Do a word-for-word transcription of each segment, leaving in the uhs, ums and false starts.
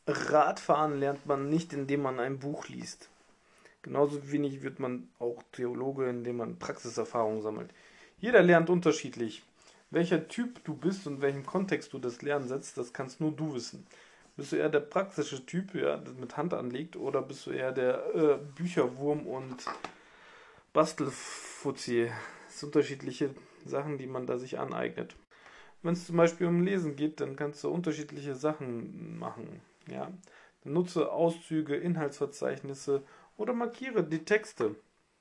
Radfahren lernt man nicht, indem man ein Buch liest. Genauso wenig wird man auch Theologe, indem man Praxiserfahrung sammelt. Jeder lernt unterschiedlich. Welcher Typ du bist und in welchem Kontext du das Lernen setzt, das kannst nur du wissen. Bist du eher der praktische Typ, ja, der mit Hand anlegt, oder bist du eher der äh, Bücherwurm und Bastelfuzzi? Das sind unterschiedliche Sachen, die man da sich aneignet. Wenn es zum Beispiel um Lesen geht, dann kannst du unterschiedliche Sachen machen. Ja? Dann nutze Auszüge, Inhaltsverzeichnisse oder markiere die Texte,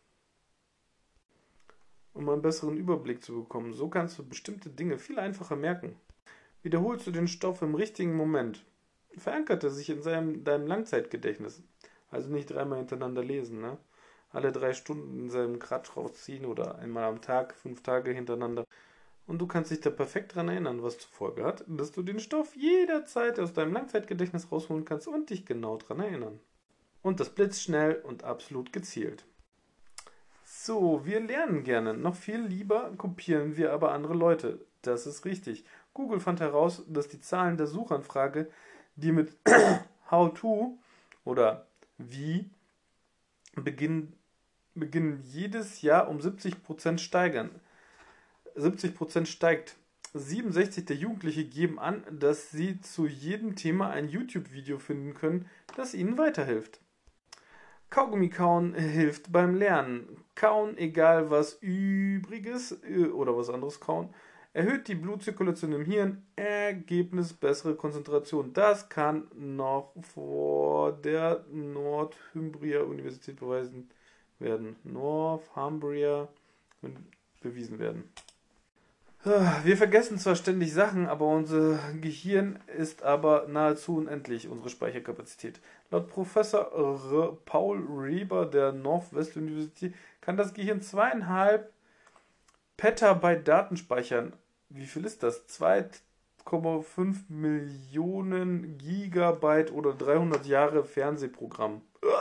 um einen besseren Überblick zu bekommen. So kannst du bestimmte Dinge viel einfacher merken. Wiederholst du den Stoff im richtigen Moment, verankert er sich in seinem, deinem Langzeitgedächtnis. Also nicht dreimal hintereinander lesen, ne? Alle drei Stunden in seinem Kratsch rausziehen oder einmal am Tag, fünf Tage hintereinander. Und du kannst dich da perfekt dran erinnern, was zur Folge hat, dass du den Stoff jederzeit aus deinem Langzeitgedächtnis rausholen kannst und dich genau dran erinnern. Und das blitzschnell und absolut gezielt. So, wir lernen gerne. Noch viel lieber kopieren wir aber andere Leute. Das ist richtig. Google fand heraus, dass die Zahlen der Suchanfrage, die mit How to oder wie beginnen, beginnen jedes Jahr um siebzig Prozent steigern. siebzig Prozent steigt. siebenundsechzig der Jugendliche geben an, dass sie zu jedem Thema ein YouTube-Video finden können, das ihnen weiterhilft. Kaugummi kauen hilft beim Lernen. Kauen, egal was Übriges oder was anderes kauen, erhöht die Blutzirkulation im Hirn. Ergebnis bessere Konzentration. Das kann noch vor der Northumbria Universität beweisen werden. Northumbria bewiesen werden. Wir vergessen zwar ständig Sachen, aber unser Gehirn ist aber nahezu unendlich, unsere Speicherkapazität. Laut Professor R. Paul Reber der Northwest University kann das Gehirn zweieinhalb Petabyte Daten speichern. Wie viel ist das? zwei Komma fünf Millionen Gigabyte oder dreihundert Jahre Fernsehprogramm.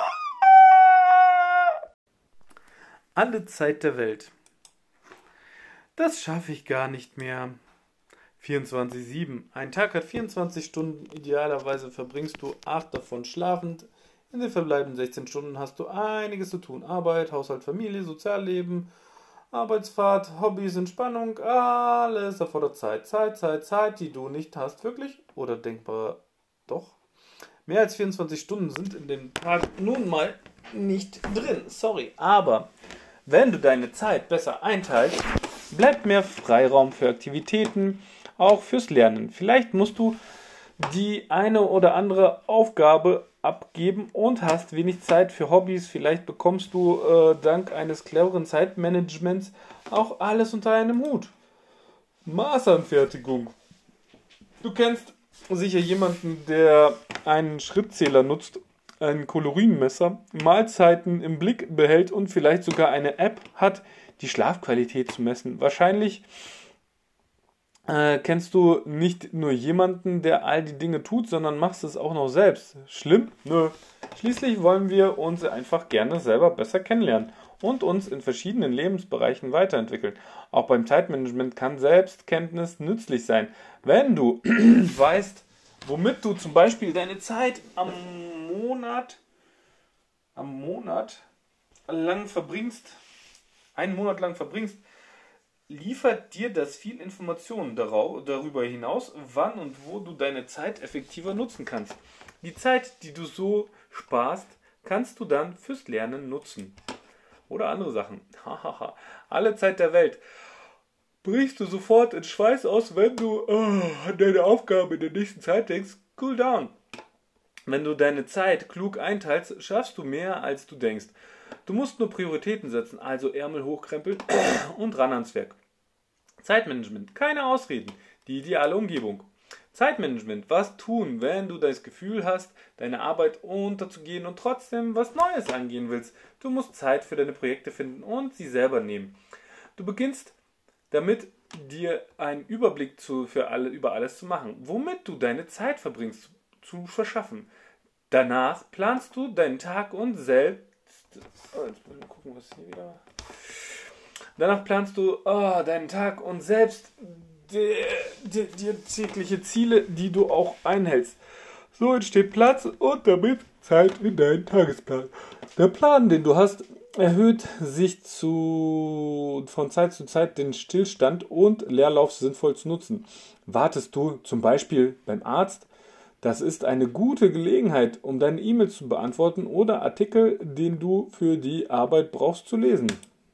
Alle Zeit der Welt. Das schaffe ich gar nicht mehr. vierundzwanzig sieben. Ein Tag hat vierundzwanzig Stunden. Idealerweise verbringst du acht davon schlafend. In den verbleibenden sechzehn Stunden hast du einiges zu tun. Arbeit, Haushalt, Familie, Sozialleben, Arbeitsfahrt, Hobbys, Entspannung. Alles erfordert Zeit. Zeit, Zeit, Zeit, die du nicht hast. Wirklich? Oder denkbar doch? Mehr als vierundzwanzig Stunden sind in dem Tag nun mal nicht drin. Sorry. Aber wenn du deine Zeit besser einteilst, bleibt mehr Freiraum für Aktivitäten, auch fürs Lernen. Vielleicht musst du die eine oder andere Aufgabe abgeben und hast wenig Zeit für Hobbys. Vielleicht bekommst du äh, dank eines cleveren Zeitmanagements auch alles unter einem Hut. Maßanfertigung. Du kennst sicher jemanden, der einen Schrittzähler nutzt, ein Kalorienmesser, Mahlzeiten im Blick behält und vielleicht sogar eine App hat, die Schlafqualität zu messen. Wahrscheinlich äh, kennst du nicht nur jemanden, der all die Dinge tut, sondern machst es auch noch selbst. Schlimm? Nö. Schließlich wollen wir uns einfach gerne selber besser kennenlernen und uns in verschiedenen Lebensbereichen weiterentwickeln. Auch beim Zeitmanagement kann Selbstkenntnis nützlich sein. Wenn du weißt, womit du zum Beispiel deine Zeit am Monat, am Monat lang verbringst, einen Monat lang verbringst, liefert dir das viel Informationen darüber hinaus, wann und wo du deine Zeit effektiver nutzen kannst. Die Zeit, die du so sparst, kannst du dann fürs Lernen nutzen. Oder andere Sachen. Alle Zeit der Welt. Brichst du sofort in Schweiß aus, wenn du oh, an deine Aufgabe in der nächsten Zeit denkst? Cool down. Wenn du deine Zeit klug einteilst, schaffst du mehr, als du denkst. Du musst nur Prioritäten setzen, also Ärmel hochkrempeln und ran ans Werk. Zeitmanagement, keine Ausreden, die ideale Umgebung. Zeitmanagement, was tun, wenn du das Gefühl hast, deine Arbeit unterzugehen und trotzdem was Neues angehen willst. Du musst Zeit für deine Projekte finden und sie selber nehmen. Du beginnst damit, dir einen Überblick zu, für alle, über alles zu machen, womit du deine Zeit verbringst, zu verschaffen. Danach planst du deinen Tag und selbst Oh, jetzt mal gucken, was hier wieder. Danach planst du oh, deinen Tag und selbst dir tägliche Ziele, die du auch einhältst. So entsteht Platz und damit Zeit in deinen Tagesplan. Der Plan, den du hast, erhöht sich zu, von Zeit zu Zeit den Stillstand und Leerlauf sinnvoll zu nutzen. Wartest du zum Beispiel beim Arzt? Das ist eine gute Gelegenheit, um deine E-Mails zu beantworten oder Artikel, den du für die Arbeit brauchst, zu lesen.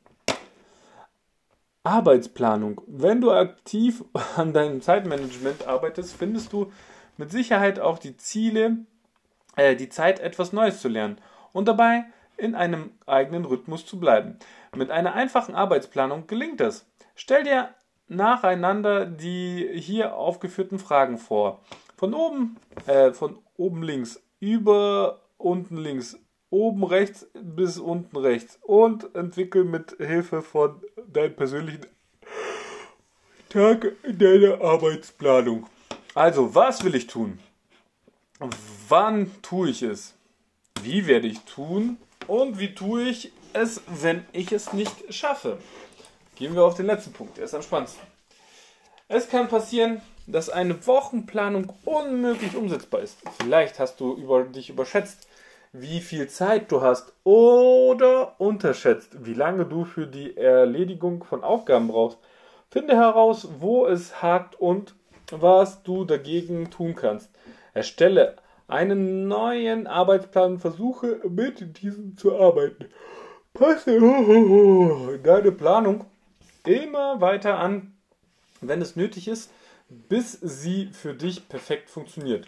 Arbeitsplanung. Wenn du aktiv an deinem Zeitmanagement arbeitest, findest du mit Sicherheit auch die Ziele, äh, die Zeit, etwas Neues zu lernen und dabei in einem eigenen Rhythmus zu bleiben. Mit einer einfachen Arbeitsplanung gelingt das. Stell dir nacheinander die hier aufgeführten Fragen vor. Von oben, äh, von oben links, über unten links, oben rechts bis unten rechts und entwickel mit Hilfe von deinem persönlichen Tag deine Arbeitsplanung. Also, was will ich tun? Wann tue ich es? Wie werde ich tun? Und wie tue ich es, wenn ich es nicht schaffe? Gehen wir auf den letzten Punkt, der ist am spannendsten. Es kann passieren, dass eine Wochenplanung unmöglich umsetzbar ist. Vielleicht hast du über dich überschätzt, wie viel Zeit du hast oder unterschätzt, wie lange du für die Erledigung von Aufgaben brauchst. Finde heraus, wo es hakt und was du dagegen tun kannst. Erstelle einen neuen Arbeitsplan und versuche mit diesem zu arbeiten. Passe deine Planung immer weiter an, wenn es nötig ist, bis sie für dich perfekt funktioniert.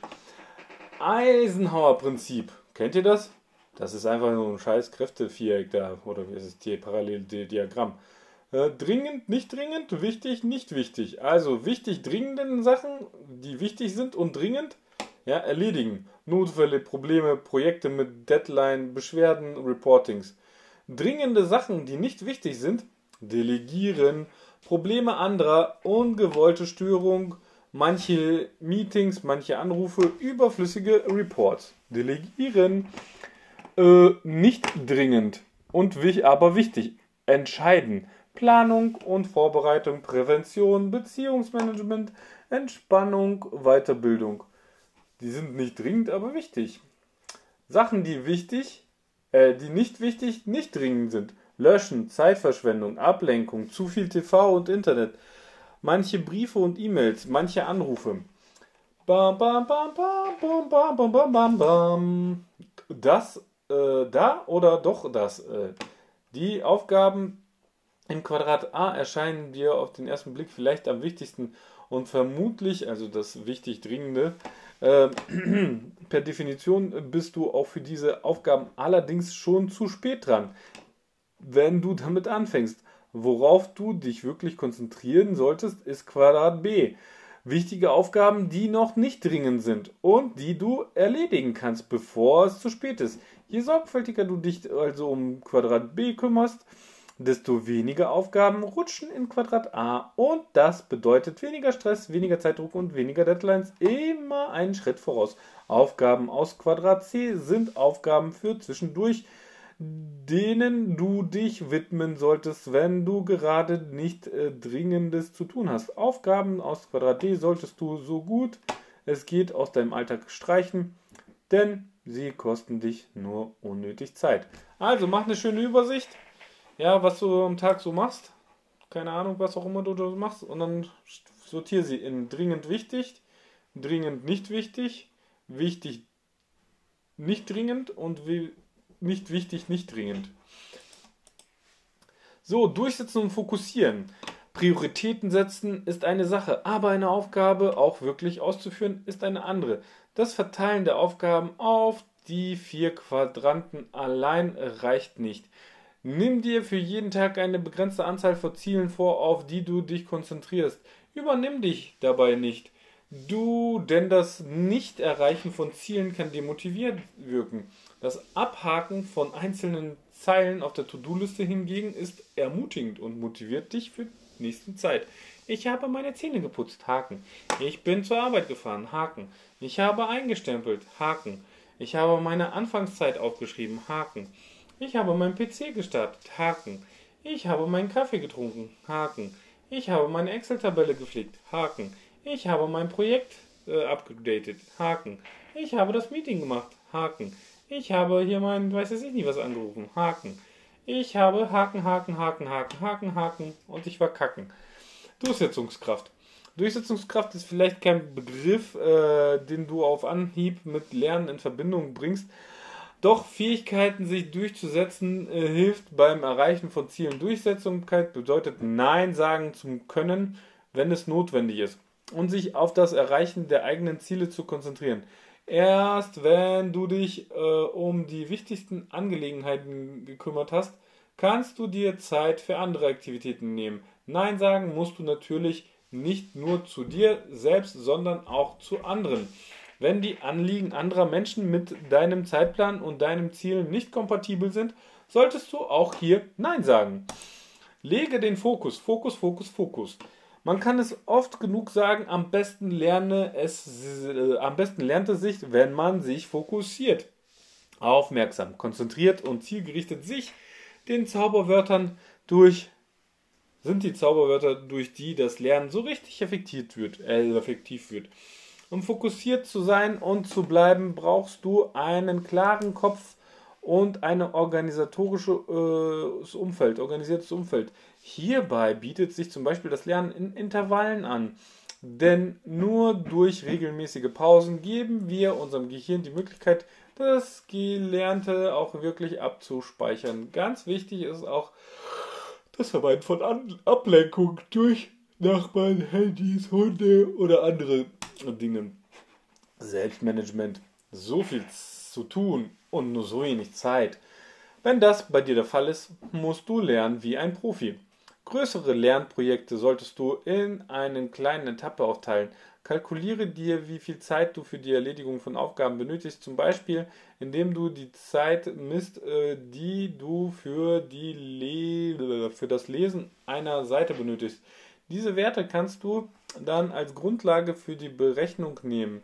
Eisenhower-Prinzip. Kennt ihr das? Das ist einfach nur ein scheiß Kräfteviereck da. Oder wie ist es hier? Paralleldiagramm. Äh, dringend, nicht dringend, wichtig, nicht wichtig. Also wichtig, dringende Sachen, die wichtig sind und dringend, ja, erledigen. Notfälle, Probleme, Projekte mit Deadline, Beschwerden, Reportings. Dringende Sachen, die nicht wichtig sind, delegieren. Probleme anderer, ungewollte Störung, manche Meetings, manche Anrufe, überflüssige Reports. Delegieren. Äh, nicht dringend und wich, aber wichtig. Entscheiden. Planung und Vorbereitung, Prävention, Beziehungsmanagement, Entspannung, Weiterbildung. Die sind nicht dringend, aber wichtig. Sachen, die wichtig, äh, die nicht wichtig, nicht dringend sind. Löschen, Zeitverschwendung, Ablenkung, zu viel T V und Internet. Manche Briefe und E-Mails, manche Anrufe. Bam, bam, bam, bam, bam, bam, bam, bam, bam, bam. Das, äh, da oder doch das. Äh. Die Aufgaben im Quadrat A erscheinen dir auf den ersten Blick vielleicht am wichtigsten und vermutlich, also das wichtig Dringende, äh, per Definition bist du auch für diese Aufgaben allerdings schon zu spät dran, wenn du damit anfängst. Worauf du dich wirklich konzentrieren solltest, ist Quadrat B. Wichtige Aufgaben, die noch nicht dringend sind und die du erledigen kannst, bevor es zu spät ist. Je sorgfältiger du dich also um Quadrat B kümmerst, desto weniger Aufgaben rutschen in Quadrat A und das bedeutet weniger Stress, weniger Zeitdruck und weniger Deadlines, immer einen Schritt voraus. Aufgaben aus Quadrat C sind Aufgaben für zwischendurch, denen du dich widmen solltest, wenn du gerade nicht äh, Dringendes zu tun hast. Aufgaben aus Quadrat D solltest du so gut es geht aus deinem Alltag streichen, denn sie kosten dich nur unnötig Zeit. Also mach eine schöne Übersicht, ja, was du am Tag so machst. Keine Ahnung, was auch immer du da machst. Und dann sortiere sie in dringend wichtig, dringend nicht wichtig, wichtig nicht dringend und wie nicht wichtig, nicht dringend. So, durchsetzen und fokussieren. Prioritäten setzen ist eine Sache, aber eine Aufgabe auch wirklich auszuführen ist eine andere. Das Verteilen der Aufgaben auf die vier Quadranten allein reicht nicht. Nimm dir für jeden Tag eine begrenzte Anzahl von Zielen vor, auf die du dich konzentrierst. Übernimm dich dabei nicht. Du, denn das Nicht-Erreichen von Zielen kann demotivierend wirken. Das Abhaken von einzelnen Zeilen auf der To-Do-Liste hingegen ist ermutigend und motiviert dich für die nächste Zeit. Ich habe meine Zähne geputzt, Haken. Ich bin zur Arbeit gefahren, Haken. Ich habe eingestempelt, Haken. Ich habe meine Anfangszeit aufgeschrieben, Haken. Ich habe meinen P C gestartet, Haken. Ich habe meinen Kaffee getrunken, Haken. Ich habe meine Excel-Tabelle gepflegt, Haken. Ich habe mein Projekt äh, abgedatet. Haken. Ich habe das Meeting gemacht. Haken. Ich habe hier mein, weiß ich nicht was angerufen. Haken. Ich habe Haken, Haken, Haken, Haken, Haken, Haken und ich war kacken. Durchsetzungskraft. Durchsetzungskraft ist vielleicht kein Begriff, äh, den du auf Anhieb mit Lernen in Verbindung bringst. Doch Fähigkeiten, sich durchzusetzen, äh, hilft beim Erreichen von Zielen. Durchsetzungskraft bedeutet Nein sagen zu können, wenn es notwendig ist. Und sich auf das Erreichen der eigenen Ziele zu konzentrieren. Erst wenn du dich äh, um die wichtigsten Angelegenheiten gekümmert hast, kannst du dir Zeit für andere Aktivitäten nehmen. Nein sagen musst du natürlich nicht nur zu dir selbst, sondern auch zu anderen. Wenn die Anliegen anderer Menschen mit deinem Zeitplan und deinem Ziel nicht kompatibel sind, solltest du auch hier Nein sagen. Lege den Fokus, Fokus, Fokus, Fokus. Man kann es oft genug sagen, am besten lerne es, äh, am besten lernt es sich, wenn man sich fokussiert. Aufmerksam, konzentriert und zielgerichtet sich den Zauberwörtern durch, sind die Zauberwörter, durch die das Lernen so richtig effektiv wird, äh, effektiv wird. Um fokussiert zu sein und zu bleiben, brauchst du einen klaren Kopf und ein organisatorisches äh, Umfeld, organisiertes Umfeld. Hierbei bietet sich zum Beispiel das Lernen in Intervallen an. Denn nur durch regelmäßige Pausen geben wir unserem Gehirn die Möglichkeit, das Gelernte auch wirklich abzuspeichern. Ganz wichtig ist auch das Vermeiden von An- Ablenkung durch Nachbarn, Handys, Hunde oder andere Dinge. Selbstmanagement. So viel zu tun und nur so wenig Zeit. Wenn das bei dir der Fall ist, musst du lernen wie ein Profi. Größere Lernprojekte solltest du in einen kleinen Etappe aufteilen. Kalkuliere dir, wie viel Zeit du für die Erledigung von Aufgaben benötigst, zum Beispiel indem du die Zeit misst, die du für, die Le- für das Lesen einer Seite benötigst. Diese Werte kannst du dann als Grundlage für die Berechnung nehmen.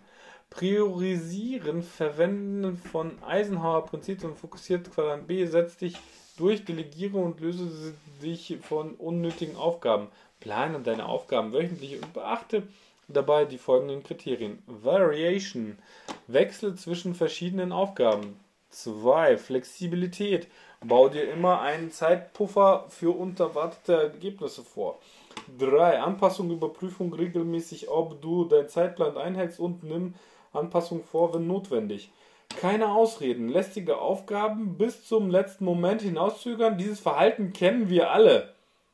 Priorisieren, Verwenden von Eisenhower-Prinzip und fokussiert Quadrant B setzt dich durch, delegiere und löse dich von unnötigen Aufgaben. Plane deine Aufgaben wöchentlich und beachte dabei die folgenden Kriterien. Variation. Wechsel zwischen verschiedenen Aufgaben. zwei. Flexibilität. Bau dir immer einen Zeitpuffer für unerwartete Ergebnisse vor. drei. Anpassung, Überprüfung regelmäßig, ob du deinen Zeitplan einhältst und nimm Anpassung vor, wenn notwendig. Keine Ausreden, lästige Aufgaben bis zum letzten Moment hinauszögern. Dieses Verhalten kennen wir alle.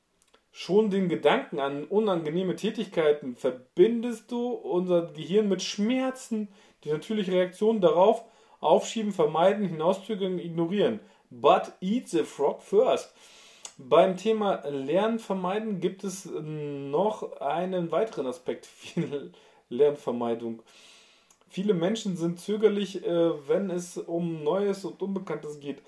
Schon den Gedanken an unangenehme Tätigkeiten verbindest du unser Gehirn mit Schmerzen. Die natürliche Reaktion darauf: aufschieben, vermeiden, hinauszögern, ignorieren. But eat the frog first. Beim Thema Lernen vermeiden gibt es noch einen weiteren Aspekt. Viel Lernvermeidung. Viele Menschen sind zögerlich, äh, wenn es um Neues und Unbekanntes geht.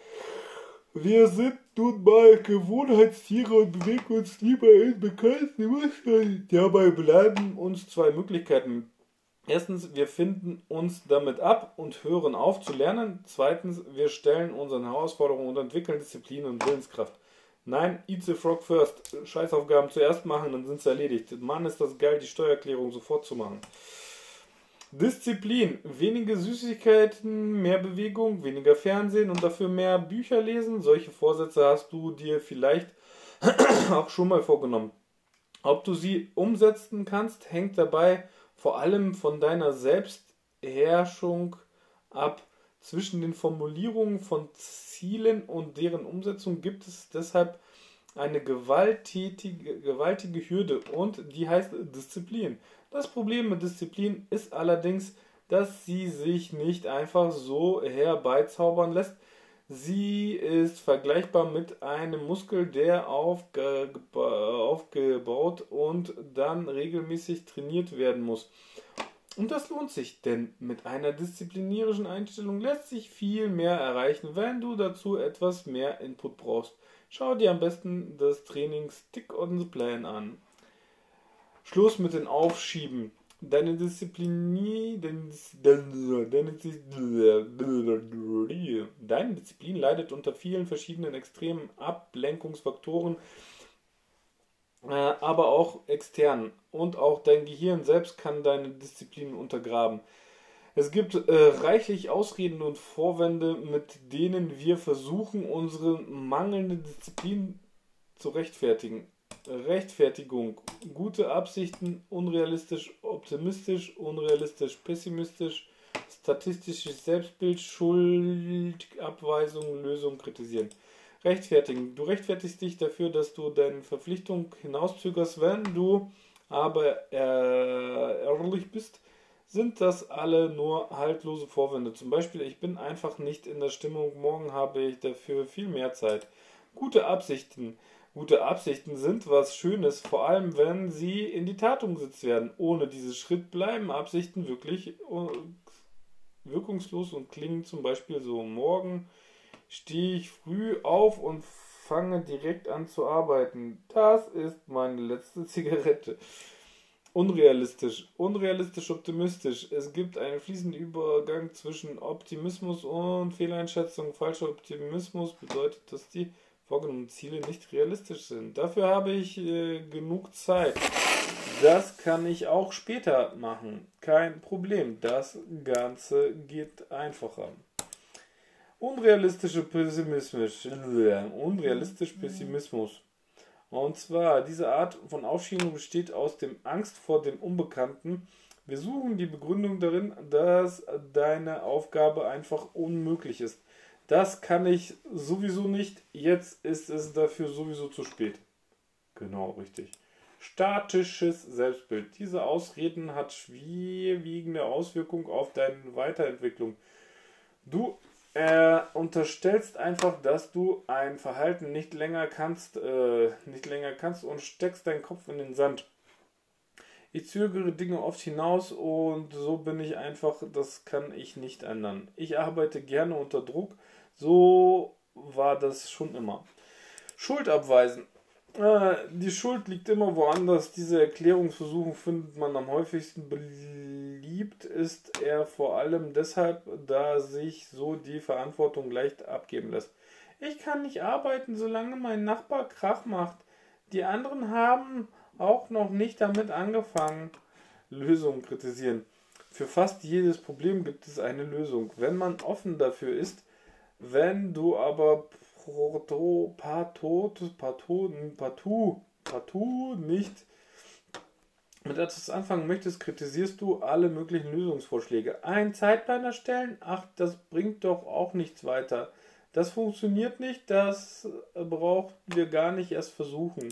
Wir sind nun mal Gewohnheitstiere und bewegen uns lieber in bekannten Mustern. Dabei bleiben uns zwei Möglichkeiten. Erstens, wir finden uns damit ab und hören auf zu lernen. Zweitens, wir stellen unseren Herausforderungen und entwickeln Disziplin und Willenskraft. Nein, eat the frog first. Scheißaufgaben zuerst machen, dann sind sie erledigt. Mann, ist das geil, die Steuererklärung sofort zu machen. Disziplin. Wenige Süßigkeiten, mehr Bewegung, weniger Fernsehen und dafür mehr Bücher lesen. Solche Vorsätze hast du dir vielleicht auch schon mal vorgenommen. Ob du sie umsetzen kannst, hängt dabei vor allem von deiner Selbstbeherrschung ab. Zwischen den Formulierungen von Zielen und deren Umsetzung gibt es deshalb eine gewalttätige, gewaltige Hürde und die heißt Disziplin. Das Problem mit Disziplin ist allerdings, dass sie sich nicht einfach so herbeizaubern lässt. Sie ist vergleichbar mit einem Muskel, der aufge aufgebaut und dann regelmäßig trainiert werden muss. Und das lohnt sich, denn mit einer disziplinierischen Einstellung lässt sich viel mehr erreichen, wenn du dazu etwas mehr Input brauchst. Schau dir am besten das Training Stick on the Plan an. Schluss mit den Aufschieben. Deine Disziplin, deine, deine, deine Disziplin leidet unter vielen verschiedenen extremen Ablenkungsfaktoren. äh, aber auch extern. Und auch dein Gehirn selbst kann deine Disziplin untergraben. Es gibt äh, reichlich Ausreden und Vorwände, mit denen wir versuchen, unsere mangelnde Disziplin zu rechtfertigen. Rechtfertigung, gute Absichten, unrealistisch optimistisch, unrealistisch pessimistisch, statistisches Selbstbild, Schuldabweisung, Lösung kritisieren. Rechtfertigen. Du rechtfertigst dich dafür, dass du deine Verpflichtung hinauszögerst, wenn du aber ehrlich bist, sind das alle nur haltlose Vorwände. Zum Beispiel, ich bin einfach nicht in der Stimmung, morgen habe ich dafür viel mehr Zeit. Gute Absichten. Gute Absichten sind was Schönes, vor allem wenn sie in die Tat umgesetzt werden. Ohne diesen Schritt bleiben Absichten wirklich wirkungslos und klingen zum Beispiel so: Morgen stehe ich früh auf und fange direkt an zu arbeiten. Das ist meine letzte Zigarette. Unrealistisch. Unrealistisch optimistisch. Es gibt einen fließenden Übergang zwischen Optimismus und Fehleinschätzung. Falscher Optimismus bedeutet, dass die vorgenommenen Ziele nicht realistisch sind. Dafür habe ich äh, genug Zeit. Das kann ich auch später machen. Kein Problem. Das Ganze geht einfacher. Unrealistischer Pessimismus. Unrealistisch Pessimismus. Und zwar, diese Art von Aufschiebung besteht aus dem Angst vor dem Unbekannten. Wir suchen die Begründung darin, dass deine Aufgabe einfach unmöglich ist. Das kann ich sowieso nicht. Jetzt ist es dafür sowieso zu spät. Genau, richtig. Statisches Selbstbild. Diese Ausreden hat schwerwiegende Auswirkungen auf deine Weiterentwicklung. Du äh, unterstellst einfach, dass du ein Verhalten nicht länger kannst, äh, nicht länger kannst und steckst deinen Kopf in den Sand. Ich zögere Dinge oft hinaus und so bin ich einfach, das kann ich nicht ändern. Ich arbeite gerne unter Druck, so war das schon immer. Schuld abweisen. Äh, die Schuld liegt immer woanders. Diese Erklärungsversuche findet man am häufigsten. Beliebt ist er vor allem deshalb, da sich so die Verantwortung leicht abgeben lässt. Ich kann nicht arbeiten, solange mein Nachbar Krach macht. Die anderen haben auch noch nicht damit angefangen. Lösungen kritisieren. Für fast jedes Problem gibt es eine Lösung, wenn man offen dafür ist. Wenn du aber partout, partout, partout, partout nicht mit etwas anfangen möchtest, kritisierst du alle möglichen Lösungsvorschläge. Einen Zeitplan erstellen? Ach, das bringt doch auch nichts weiter. Das funktioniert nicht, das braucht wir gar nicht erst versuchen.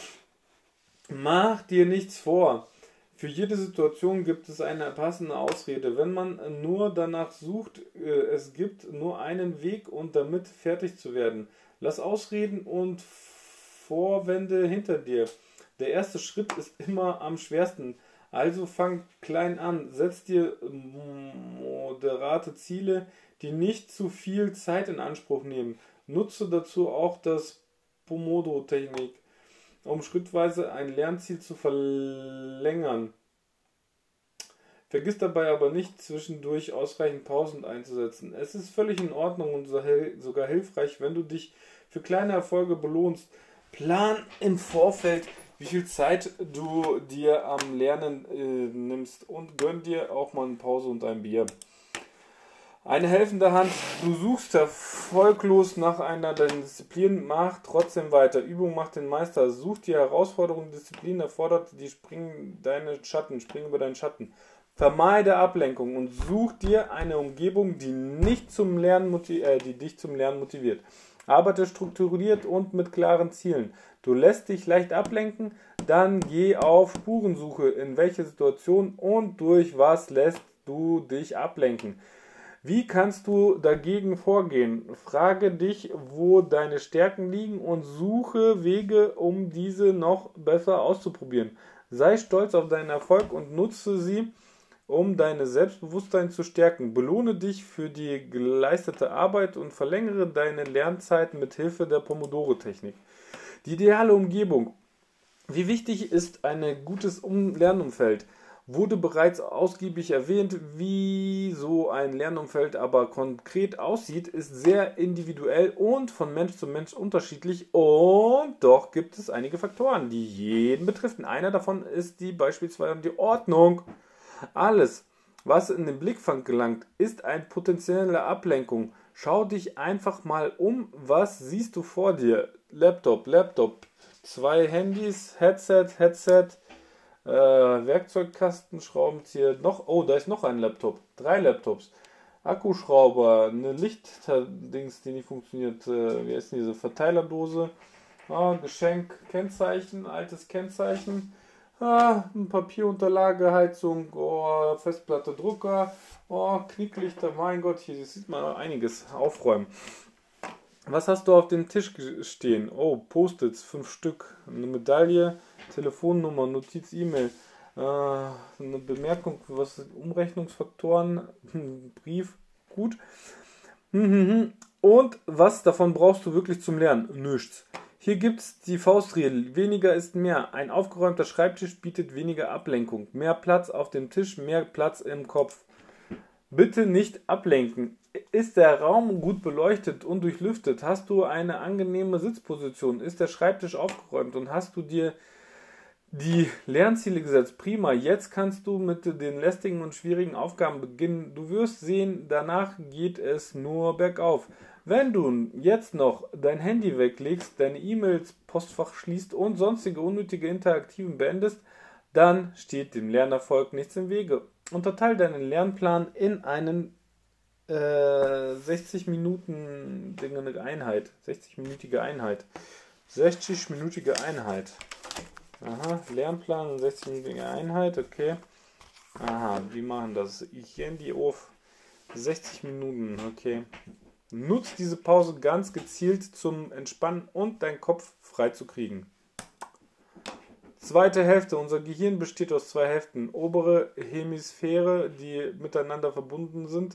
Mach dir nichts vor. Für jede Situation gibt es eine passende Ausrede. Wenn man nur danach sucht, es gibt nur einen Weg, um damit fertig zu werden. Lass Ausreden und Vorwände hinter dir. Der erste Schritt ist immer am schwersten. Also fang klein an. Setz dir moderate Ziele, die nicht zu viel Zeit in Anspruch nehmen. Nutze dazu auch das Pomodoro-Technik, um schrittweise ein Lernziel zu verlängern. Vergiss dabei aber nicht, zwischendurch ausreichend Pausen einzusetzen. Es ist völlig in Ordnung und sogar hilfreich, wenn du dich für kleine Erfolge belohnst. Plan im Vorfeld, wie viel Zeit du dir am Lernen äh, nimmst und gönn dir auch mal eine Pause und ein Bier. Eine helfende Hand. Du suchst erfolglos nach einer deiner Disziplinen, mach trotzdem weiter. Übung macht den Meister. Such die Herausforderung, Disziplin erfordert, die springen deine Schatten, springen über deinen Schatten. Vermeide Ablenkung und such dir eine Umgebung, die, nicht zum Lernen motiv- äh, die dich zum Lernen motiviert. Arbeite strukturiert und mit klaren Zielen. Du lässt dich leicht ablenken, dann geh auf Spurensuche. In welche Situation und durch was lässt du dich ablenken? Wie kannst du dagegen vorgehen? Frage dich, wo deine Stärken liegen und suche Wege, um diese noch besser auszuprobieren. Sei stolz auf deinen Erfolg und nutze sie, um dein Selbstbewusstsein zu stärken. Belohne dich für die geleistete Arbeit und verlängere deine Lernzeit mit Hilfe der Pomodoro-Technik. Die ideale Umgebung. Wie wichtig ist ein gutes Lernumfeld? Wurde bereits ausgiebig erwähnt, wie so ein Lernumfeld aber konkret aussieht, ist sehr individuell und von Mensch zu Mensch unterschiedlich, und doch gibt es einige Faktoren, die jeden betreffen. Einer davon ist die beispielsweise die Ordnung. Alles, was in den Blickfang gelangt, ist eine potenzielle Ablenkung. Schau dich einfach mal um, was siehst du vor dir? Laptop, Laptop, zwei Handys, Headset, Headset, äh, Werkzeugkasten, Schraubenzieher, noch, oh, da ist noch ein Laptop, drei Laptops, Akkuschrauber, eine Lichtdings, die nicht funktioniert, äh, wie heißt diese Verteilerdose, ah, Geschenk, Kennzeichen, altes Kennzeichen, ah, ein Papierunterlage, Heizung, oh, Festplatte, Drucker, oh, Knicklichter, mein Gott, hier sieht man einiges, aufräumen. Was hast du auf dem Tisch stehen? Oh, Post-its, fünf Stück, eine Medaille, Telefonnummer, Notiz, E-Mail, äh, eine Bemerkung, was sind Umrechnungsfaktoren, Brief, gut. Und was davon brauchst du wirklich zum Lernen? Nichts. Hier gibt es die Faustregel, weniger ist mehr. Ein aufgeräumter Schreibtisch bietet weniger Ablenkung, mehr Platz auf dem Tisch, mehr Platz im Kopf. Bitte nicht ablenken. Ist der Raum gut beleuchtet und durchlüftet? Hast du eine angenehme Sitzposition? Ist der Schreibtisch aufgeräumt und hast du dir die Lernziele gesetzt? Prima, jetzt kannst du mit den lästigen und schwierigen Aufgaben beginnen. Du wirst sehen, danach geht es nur bergauf. Wenn du jetzt noch dein Handy weglegst, deine E-Mails, Postfach schließt und sonstige unnötige Interaktiven beendest, dann steht dem Lernerfolg nichts im Wege. Unterteile deinen Lernplan in einen äh, sechzig Minuten Einheit. sechzig-minütige Einheit. sechzig-minütige Einheit. Aha, Lernplan, sechzig-minütige Einheit, okay. Aha, wie machen das? Ich gehe die auf sechzig Minuten, okay. Nutz diese Pause ganz gezielt zum Entspannen und deinen Kopf frei zu kriegen. Zweite Hälfte. Unser Gehirn besteht aus zwei Hälften. Obere Hemisphäre, die miteinander verbunden sind.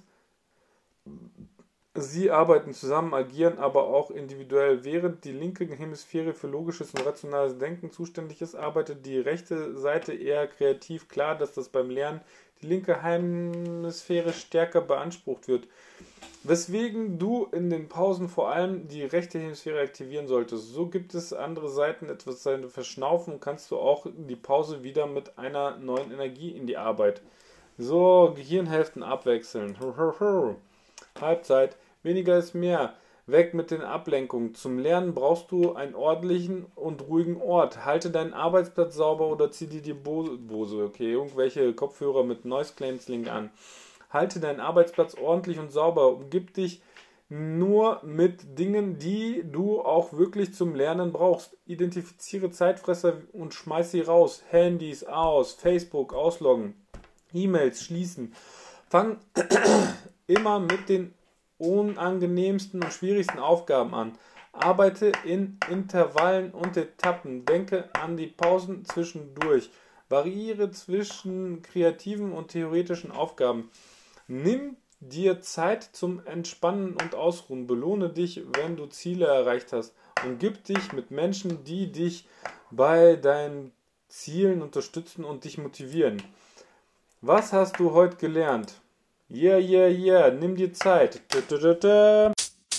Sie arbeiten zusammen, agieren aber auch individuell. Während die linke Hemisphäre für logisches und rationales Denken zuständig ist, arbeitet die rechte Seite eher kreativ. Klar, dass das beim Lernen die linke Hemisphäre stärker beansprucht wird. Weswegen du in den Pausen vor allem die rechte Hemisphäre aktivieren solltest. So gibt es andere Seiten etwas verschnaufen und kannst du auch die Pause wieder mit einer neuen Energie in die Arbeit. So, Gehirnhälften abwechseln. Halbzeit. Weniger ist mehr. Weg mit den Ablenkungen. Zum Lernen brauchst du einen ordentlichen und ruhigen Ort. Halte deinen Arbeitsplatz sauber oder zieh dir die Bose, okay, irgendwelche Kopfhörer mit Noise Cancelling an. Halte deinen Arbeitsplatz ordentlich und sauber. Umgib dich nur mit Dingen, die du auch wirklich zum Lernen brauchst. Identifiziere Zeitfresser und schmeiß sie raus. Handys aus, Facebook ausloggen, E-Mails schließen. Fang immer mit den unangenehmsten und schwierigsten Aufgaben an. Arbeite in Intervallen und Etappen. Denke an die Pausen zwischendurch. Variiere zwischen kreativen und theoretischen Aufgaben. Nimm dir Zeit zum Entspannen und Ausruhen. Belohne dich, wenn du Ziele erreicht hast. Umgib dich mit Menschen, die dich bei deinen Zielen unterstützen und dich motivieren. Was hast du heute gelernt? Yeah, yeah, yeah. Nimm dir Zeit. Da, da, da, da.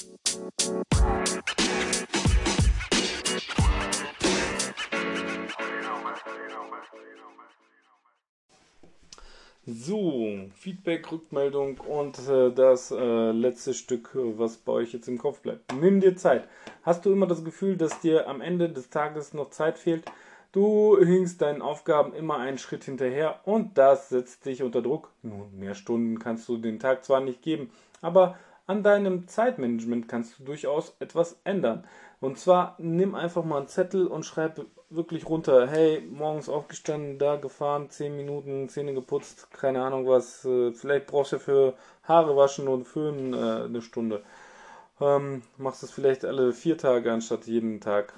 So, Feedback, Rückmeldung und äh, das äh, letzte Stück, was bei euch jetzt im Kopf bleibt. Nimm dir Zeit. Hast du immer das Gefühl, dass dir am Ende des Tages noch Zeit fehlt? Du hinkst deinen Aufgaben immer einen Schritt hinterher und das setzt dich unter Druck. Nun, mehr Stunden kannst du den Tag zwar nicht geben, aber an deinem Zeitmanagement kannst du durchaus etwas ändern. Und zwar nimm einfach mal einen Zettel und schreib wirklich runter, hey, morgens aufgestanden, da gefahren, zehn Minuten, Zähne geputzt, keine Ahnung was, vielleicht brauchst du für Haare waschen und Föhnen äh, eine Stunde. Ähm, machst es vielleicht alle vier Tage anstatt jeden Tag.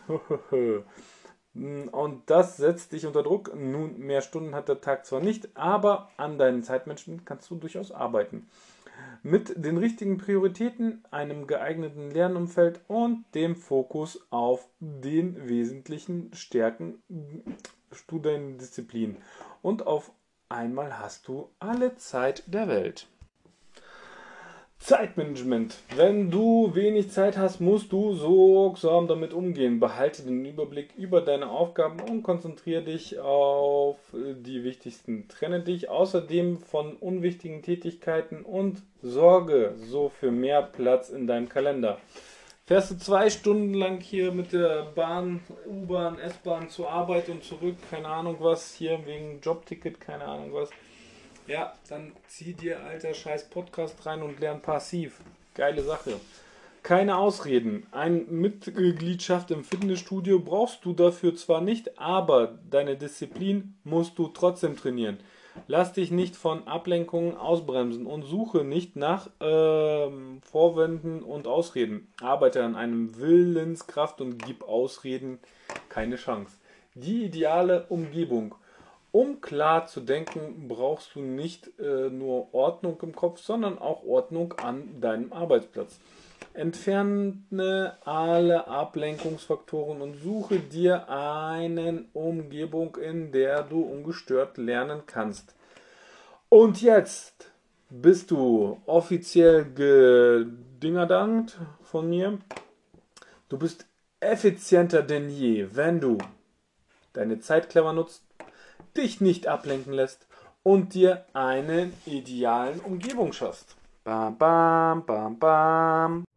Und das setzt dich unter Druck. Nun, mehr Stunden hat der Tag zwar nicht, aber an deinem Zeitmanagement kannst du durchaus arbeiten. Mit den richtigen Prioritäten, einem geeigneten Lernumfeld und dem Fokus auf den wesentlichen Stärken Studiendisziplinen und auf einmal hast du alle Zeit der Welt. Zeitmanagement. Wenn du wenig Zeit hast, musst du sorgsam damit umgehen. Behalte den Überblick über deine Aufgaben und konzentriere dich auf die wichtigsten. Trenne dich außerdem von unwichtigen Tätigkeiten und sorge so für mehr Platz in deinem Kalender. Fährst du zwei Stunden lang hier mit der Bahn, U-Bahn, S-Bahn zur Arbeit und zurück, keine Ahnung was, hier wegen Jobticket, keine Ahnung was. Ja, dann zieh dir, alter, scheiß Podcast rein und lern passiv. Geile Sache. Keine Ausreden. Eine Mitgliedschaft im Fitnessstudio brauchst du dafür zwar nicht, aber deine Disziplin musst du trotzdem trainieren. Lass dich nicht von Ablenkungen ausbremsen und suche nicht nach ähm, Vorwänden und Ausreden. Arbeite an einem Willenskraft und gib Ausreden keine Chance. Die ideale Umgebung. Um klar zu denken, brauchst du nicht äh, nur Ordnung im Kopf, sondern auch Ordnung an deinem Arbeitsplatz. Entferne alle Ablenkungsfaktoren und suche dir eine Umgebung, in der du ungestört lernen kannst. Und jetzt bist du offiziell gedingerdankt von mir. Du bist effizienter denn je, wenn du deine Zeit clever nutzt, dich nicht ablenken lässt und dir einen idealen Umgebung schaffst. Bam, bam, bam, bam.